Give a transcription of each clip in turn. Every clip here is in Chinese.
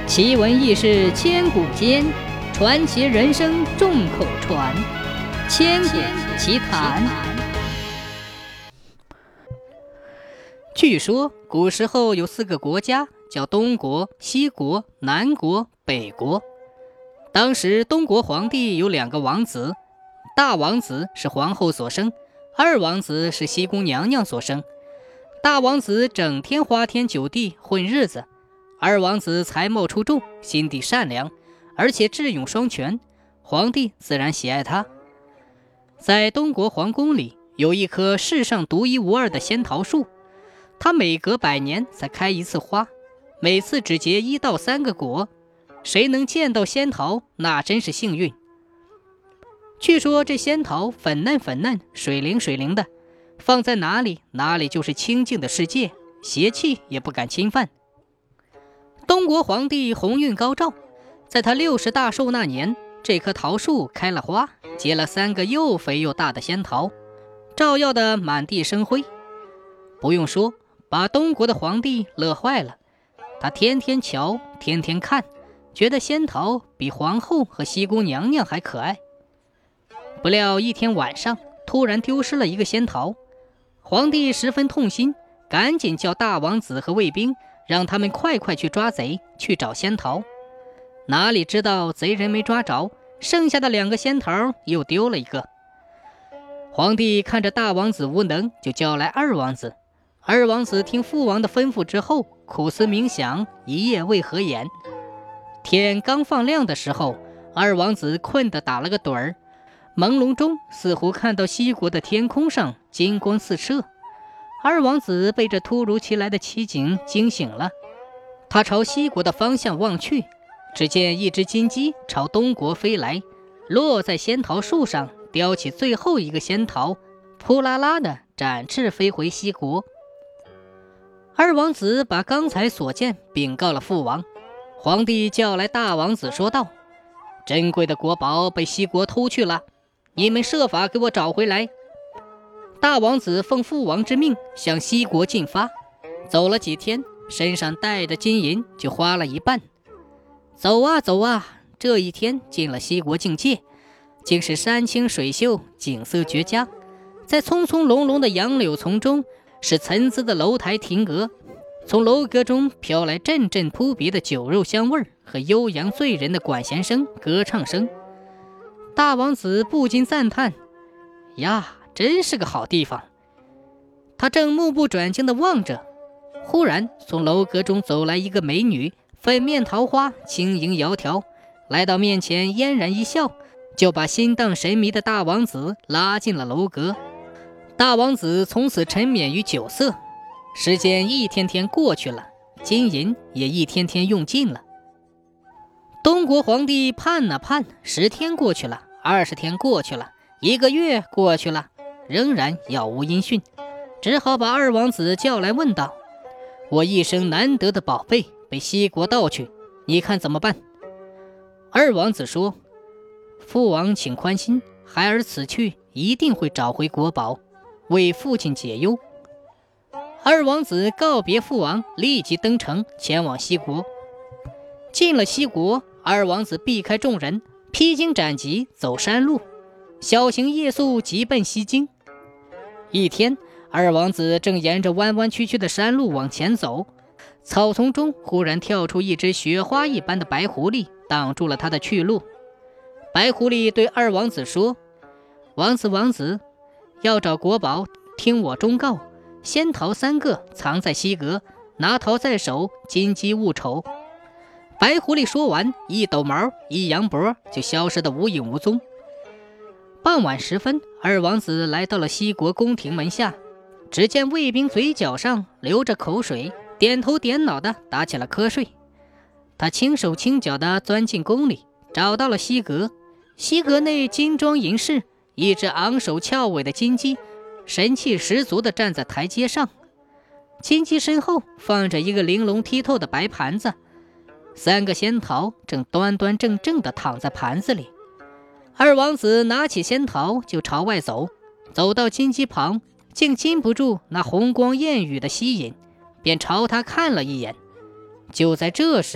奇闻异事千古间，传奇人生众口传。千古奇谈。据说古时候有4个国家，叫东国、西国、南国、北国。当时东国皇帝有2个王子，大王子是皇后所生，二王子是西宫娘娘所生。大王子整天花天酒地混日子，二王子才貌出众，心地善良，而且智勇双全，皇帝自然喜爱他。在东国皇宫里有一棵世上独一无二的仙桃树，它每隔100年才开一次花，每次只结1到3个果，谁能见到仙桃那真是幸运。据说这仙桃粉嫩粉嫩，水灵水灵的，放在哪里哪里就是清净的世界，邪气也不敢侵犯。东国皇帝鸿运高照，在他60大寿那年，这棵桃树开了花，结了3个又肥又大的仙桃，照耀得满地生辉。不用说，把东国的皇帝乐坏了，他天天瞧，天天看，觉得仙桃比皇后和西宫娘娘还可爱。不料一天晚上，突然丢失了一个仙桃，皇帝十分痛心，赶紧叫大王子和卫兵，让他们快去抓贼，去找仙桃。哪里知道贼人没抓着，剩下的2个仙桃又丢了一个。皇帝看着大王子无能，就叫来二王子。二王子听父王的吩咐之后，苦思冥想，一夜未合眼。天刚放亮的时候，二王子困得打了个盹儿，朦胧中似乎看到西国的天空上金光四射。二王子被这突如其来的奇景惊醒了，他朝西国的方向望去，只见一只金鸡朝东国飞来，落在仙桃树上，叼起最后一个仙桃，扑啦啦地展翅飞回西国。二王子把刚才所见禀告了父王，皇帝叫来大王子说道：珍贵的国宝被西国偷去了，你们设法给我找回来。大王子奉父王之命向西国进发，走了几天，身上带的金银就花了一半。走啊走啊，这一天进了西国境界，竟是山清水秀，景色绝佳。在葱葱茏茏的杨柳丛中，是参差的楼台亭阁，从楼阁中飘来阵阵扑鼻的酒肉香味和悠扬醉人的管弦声、歌唱声。大王子不禁赞叹：呀，真是个好地方。他正目不转睛地望着，忽然从楼阁中走来一个美女，粉面桃花，轻盈窈窕，来到面前嫣然一笑，就把心荡神迷的大王子拉进了楼阁。大王子从此沉湎于酒色，时间一天天过去了，金银也一天天用尽了。东国皇帝盼啊盼，10天过去了，20天过去了，1个月过去了，仍然杳无音讯，只好把二王子叫来问道：我一生难得的宝贝被西国盗去，你看怎么办？二王子说：父王请宽心，孩儿此去一定会找回国宝，为父亲解忧。二王子告别父王，立即登城前往西国。进了西国，二王子避开众人，披荆斩棘走山路，小行夜宿，急奔西京。一天，二王子正沿着弯弯曲曲的山路往前走，草丛中忽然跳出一只雪花一般的白狐狸，挡住了他的去路。白狐狸对二王子说：王子，要找国宝，听我忠告，仙桃3个藏在西阁，拿桃在手，金鸡勿丑。白狐狸说完，一抖毛一扬脖，就消失得无影无踪。傍晚时分，二王子来到了西国宫廷门下，只见卫兵嘴角上流着口水，点头点脑的打起了瞌睡。他轻手轻脚地钻进宫里，找到了西阁。西阁内金装银饰，一只昂首翘尾的金鸡神气十足地站在台阶上，金鸡身后放着一个玲珑剔透的白盘子，3个仙桃正端端正正地躺在盘子里。二王子拿起仙桃就朝外走，走到金鸡旁，竟禁不住那红光艳羽的吸引，便朝他看了一眼。就在这时，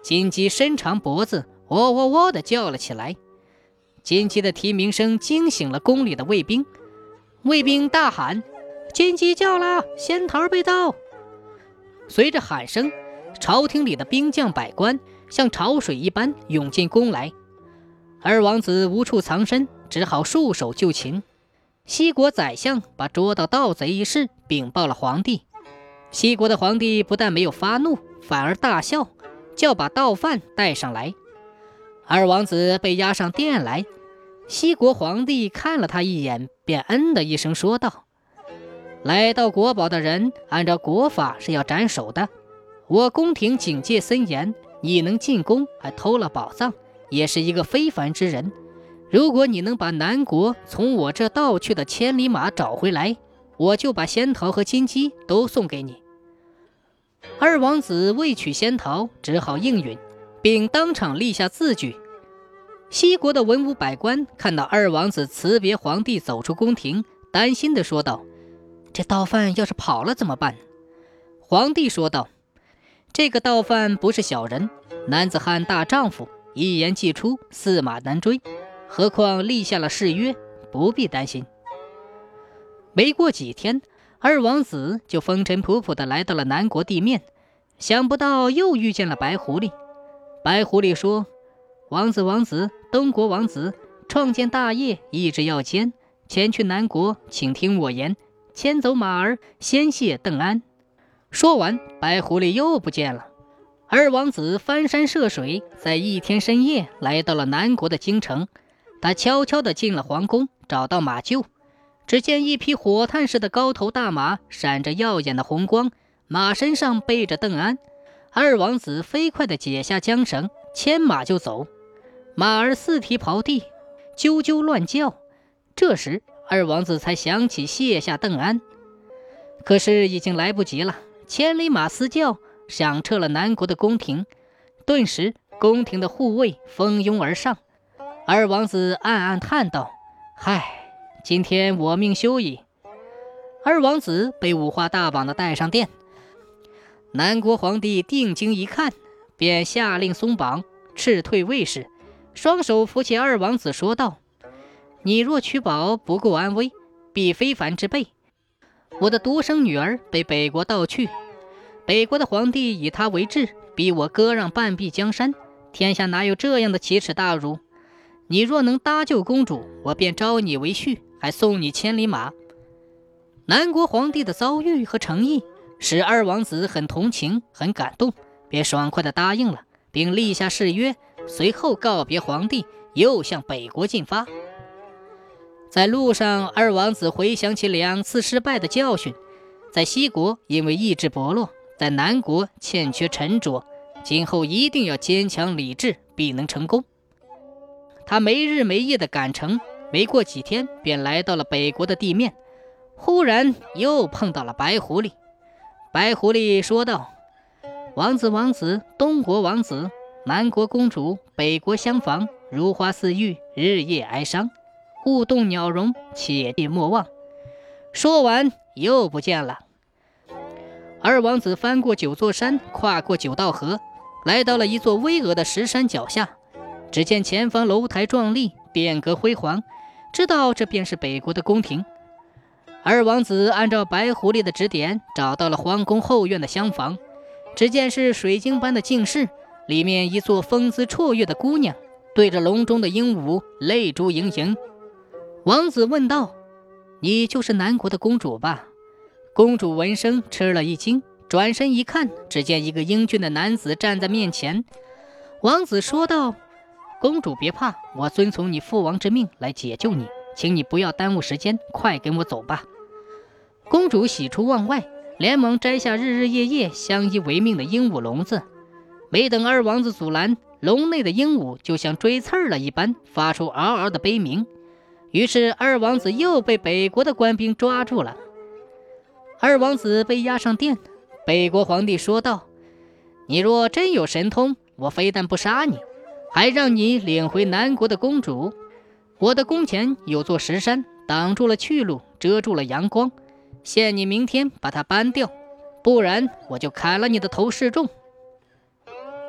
金鸡伸长脖子，喔喔喔地叫了起来。金鸡的啼鸣声惊醒了宫里的卫兵，卫兵大喊：金鸡叫了，仙桃被盗！随着喊声，朝廷里的兵将百官像潮水一般涌进宫来。二王子无处藏身，只好束手就擒。西国宰相把捉到盗贼一事禀报了皇帝。西国的皇帝不但没有发怒，反而大笑，叫把盗犯带上来。二王子被押上殿来，西国皇帝看了他一眼，便嗯的一声说道：来到国宝的人，按照国法是要斩首的。我宫廷警戒森严，你能进宫还偷了宝藏，也是一个非凡之人。如果你能把南国从我这盗去的千里马找回来，我就把仙桃和金鸡都送给你。二王子为取仙桃，只好应允，并当场立下字据。西国的文武百官看到二王子辞别皇帝走出宫廷，担心地说道：这盗犯要是跑了怎么办？皇帝说道：这个盗犯不是小人，男子汉大丈夫，一言既出，驷马难追，何况立下了誓约，不必担心。没过几天，二王子就风尘仆仆地来到了南国地面，想不到又遇见了白狐狸。白狐狸说：王子，东国王子，创建大业，意志要坚，前去南国，请听我言，牵走马儿，先谢邓安。说完，白狐狸又不见了。二王子翻山涉水，在一天深夜来到了南国的京城。他悄悄地进了皇宫，找到马厩，只见一匹火炭似的高头大马，闪着耀眼的红光，马身上背着邓安。二王子飞快地解下缰绳，牵马就走。马儿四蹄刨地，啾啾乱叫。这时二王子才想起卸下邓安，可是已经来不及了。千里马嘶叫，响彻了南国的宫廷。顿时宫廷的护卫蜂拥而上。二王子暗暗叹道：嗨，今天我命休矣。二王子被五花大绑地带上殿。南国皇帝定睛一看，便下令松绑，斥退卫士，双手扶起二王子说道：你若取宝不够安危，必非凡之辈。我的独生女儿被北国盗去，北国的皇帝以她为质，逼我割让半壁江山，天下哪有这样的奇耻大辱？你若能搭救公主，我便招你为婿，还送你千里马。南国皇帝的遭遇和诚意使二王子很同情，很感动，便爽快地答应了，并立下誓约，随后告别皇帝，又向北国进发。在路上，二王子回想起2次失败的教训，在西国因为意志薄弱，在南国欠缺沉着，今后一定要坚强理智，必能成功。他没日没夜地赶程，没过几天便来到了北国的地面。忽然又碰到了白狐狸。白狐狸说道：王子，东国王子，南国公主，北国相逢，如花似玉，日夜哀伤，勿动鸟容，切记莫忘。说完又不见了。二王子翻过9座山，跨过9道河，来到了一座巍峨的石山脚下。只见前方楼台壮丽，殿阁辉煌，知道这便是北国的宫廷。二王子按照白狐狸的指点，找到了皇宫后院的厢房。只见是水晶般的净室，里面一座风姿绰约的姑娘，对着笼中的鹦鹉泪珠盈盈。王子问道：你就是南国的公主吧？公主闻声吃了一惊，转身一看，只见一个英俊的男子站在面前。王子说道：公主别怕，我遵从你父王之命来解救你，请你不要耽误时间，快跟我走吧。公主喜出望外，连忙摘下日日夜夜相依为命的鹦鹉笼子。没等二王子阻拦，笼内的鹦鹉就像追刺儿了一般，发出嗷嗷的悲鸣。于是二王子又被北国的官兵抓住了。二王子被押上殿，北国皇帝说道：你若真有神通，我非但不杀你，还让你领回南国的公主。我的宫前有座石山，挡住了去路，遮住了阳光，限你明天把它搬掉，不然我就砍了你的头示众。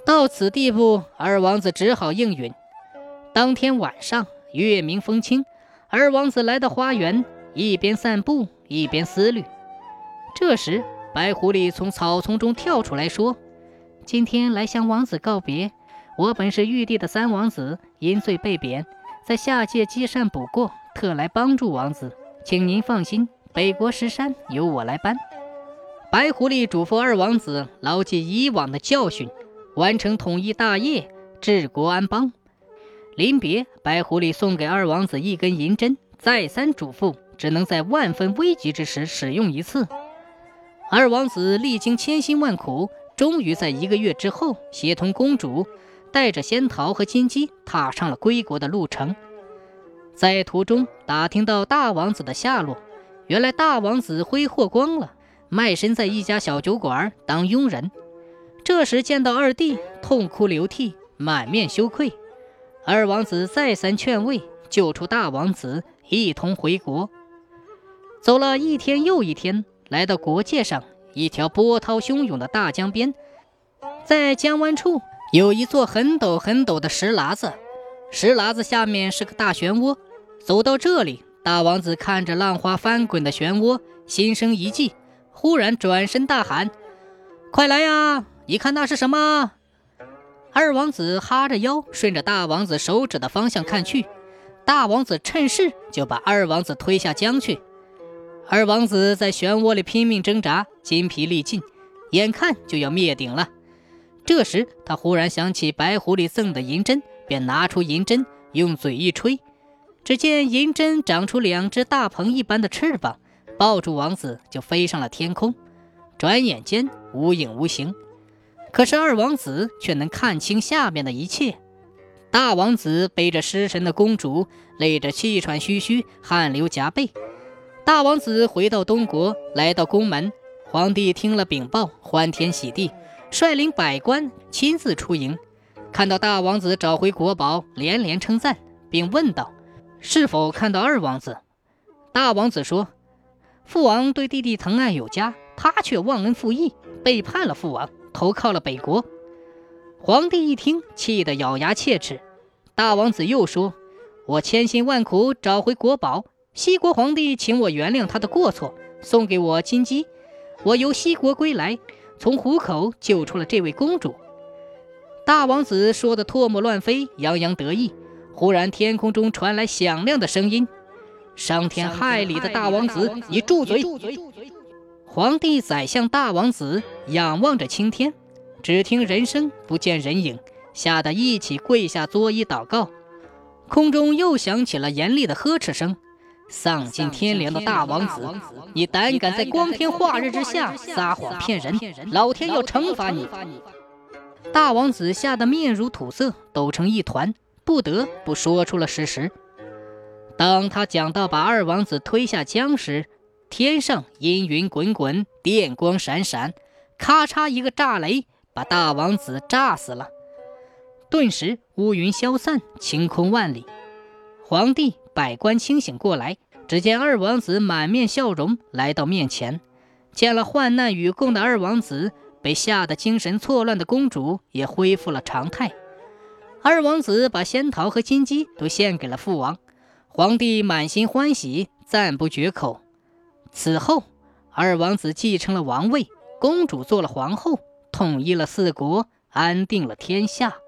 到此地步，二王子只好应允。当天晚上，月明风清，二王子来到花园，一边散步一边思虑。这时，白狐狸从草丛中跳出来说：“今天来向王子告别。我本是玉帝的三王子，因罪被贬，在下界积善补过，特来帮助王子。请您放心，北国石山由我来搬。”白狐狸嘱咐二王子牢记以往的教训，完成统一大业，治国安邦。临别，白狐狸送给二王子一根银针，再三嘱咐只能在万分危急之时使用一次。二王子历经千辛万苦，终于在1个月之后协同公主，带着仙桃和金鸡踏上了归国的路程。在途中打听到大王子的下落，原来大王子挥霍光了，卖身在一家小酒馆当佣人。这时见到二弟，痛哭流涕，满面羞愧。二王子再三劝慰，救出大王子，一同回国。走了一天又一天，来到国界上一条波涛汹涌的大江边，在江湾处有一座很陡很陡的石喇子，石喇子下面是个大漩涡。走到这里，大王子看着浪花翻滚的漩涡，心生一计，忽然转身大喊：“快来呀！你看那是什么？”二王子哈着腰，顺着大王子手指的方向看去，大王子趁势就把二王子推下江去。二王子在漩涡里拼命挣扎，筋疲力尽，眼看就要灭顶了。这时他忽然想起白狐狸赠的银针，便拿出银针，用嘴一吹，只见银针长出2只大鹏一般的翅膀，抱住王子就飞上了天空，转眼间无影无形。可是二王子却能看清下面的一切。大王子背着失神的公主，累着气喘吁吁，汗流浃背。大王子回到东国，来到宫门，皇帝听了禀报，欢天喜地，率领百官亲自出迎。看到大王子找回国宝，连连称赞，并问道：“是否看到二王子？”大王子说：“父王对弟弟疼爱有加，他却忘恩负义，背叛了父王，投靠了北国。”皇帝一听，气得咬牙切齿。大王子又说：“我千辛万苦找回国宝，西国皇帝请我原谅他的过错，送给我金鸡。我由西国归来，从虎口救出了这位公主。”大王子说得唾沫乱飞，洋洋得意。忽然天空中传来响亮的声音：“伤天害理的大王子，你住嘴！”皇帝宰相大王子仰望着青天，只听人声不见人影，吓得一起跪下作揖祷告。空中又响起了严厉的呵斥声：“丧尽天良的大王子，你胆敢在光天化日之下撒谎骗人，老天要惩罚你！”大王子吓得面如土色，抖成一团，不得不说出了事实。当他讲到把二王子推下江时，天上阴云滚滚，电光闪闪，咔嚓一个炸雷，把大王子炸死了。顿时乌云消散，晴空万里。皇帝百官清醒过来，只见二王子满面笑容来到面前。见了患难与共的二王子，被吓得精神错乱的公主也恢复了常态。二王子把仙桃和金鸡都献给了父王，皇帝满心欢喜，赞不绝口。此后，二王子继承了王位，公主做了皇后，统一了4国，安定了天下。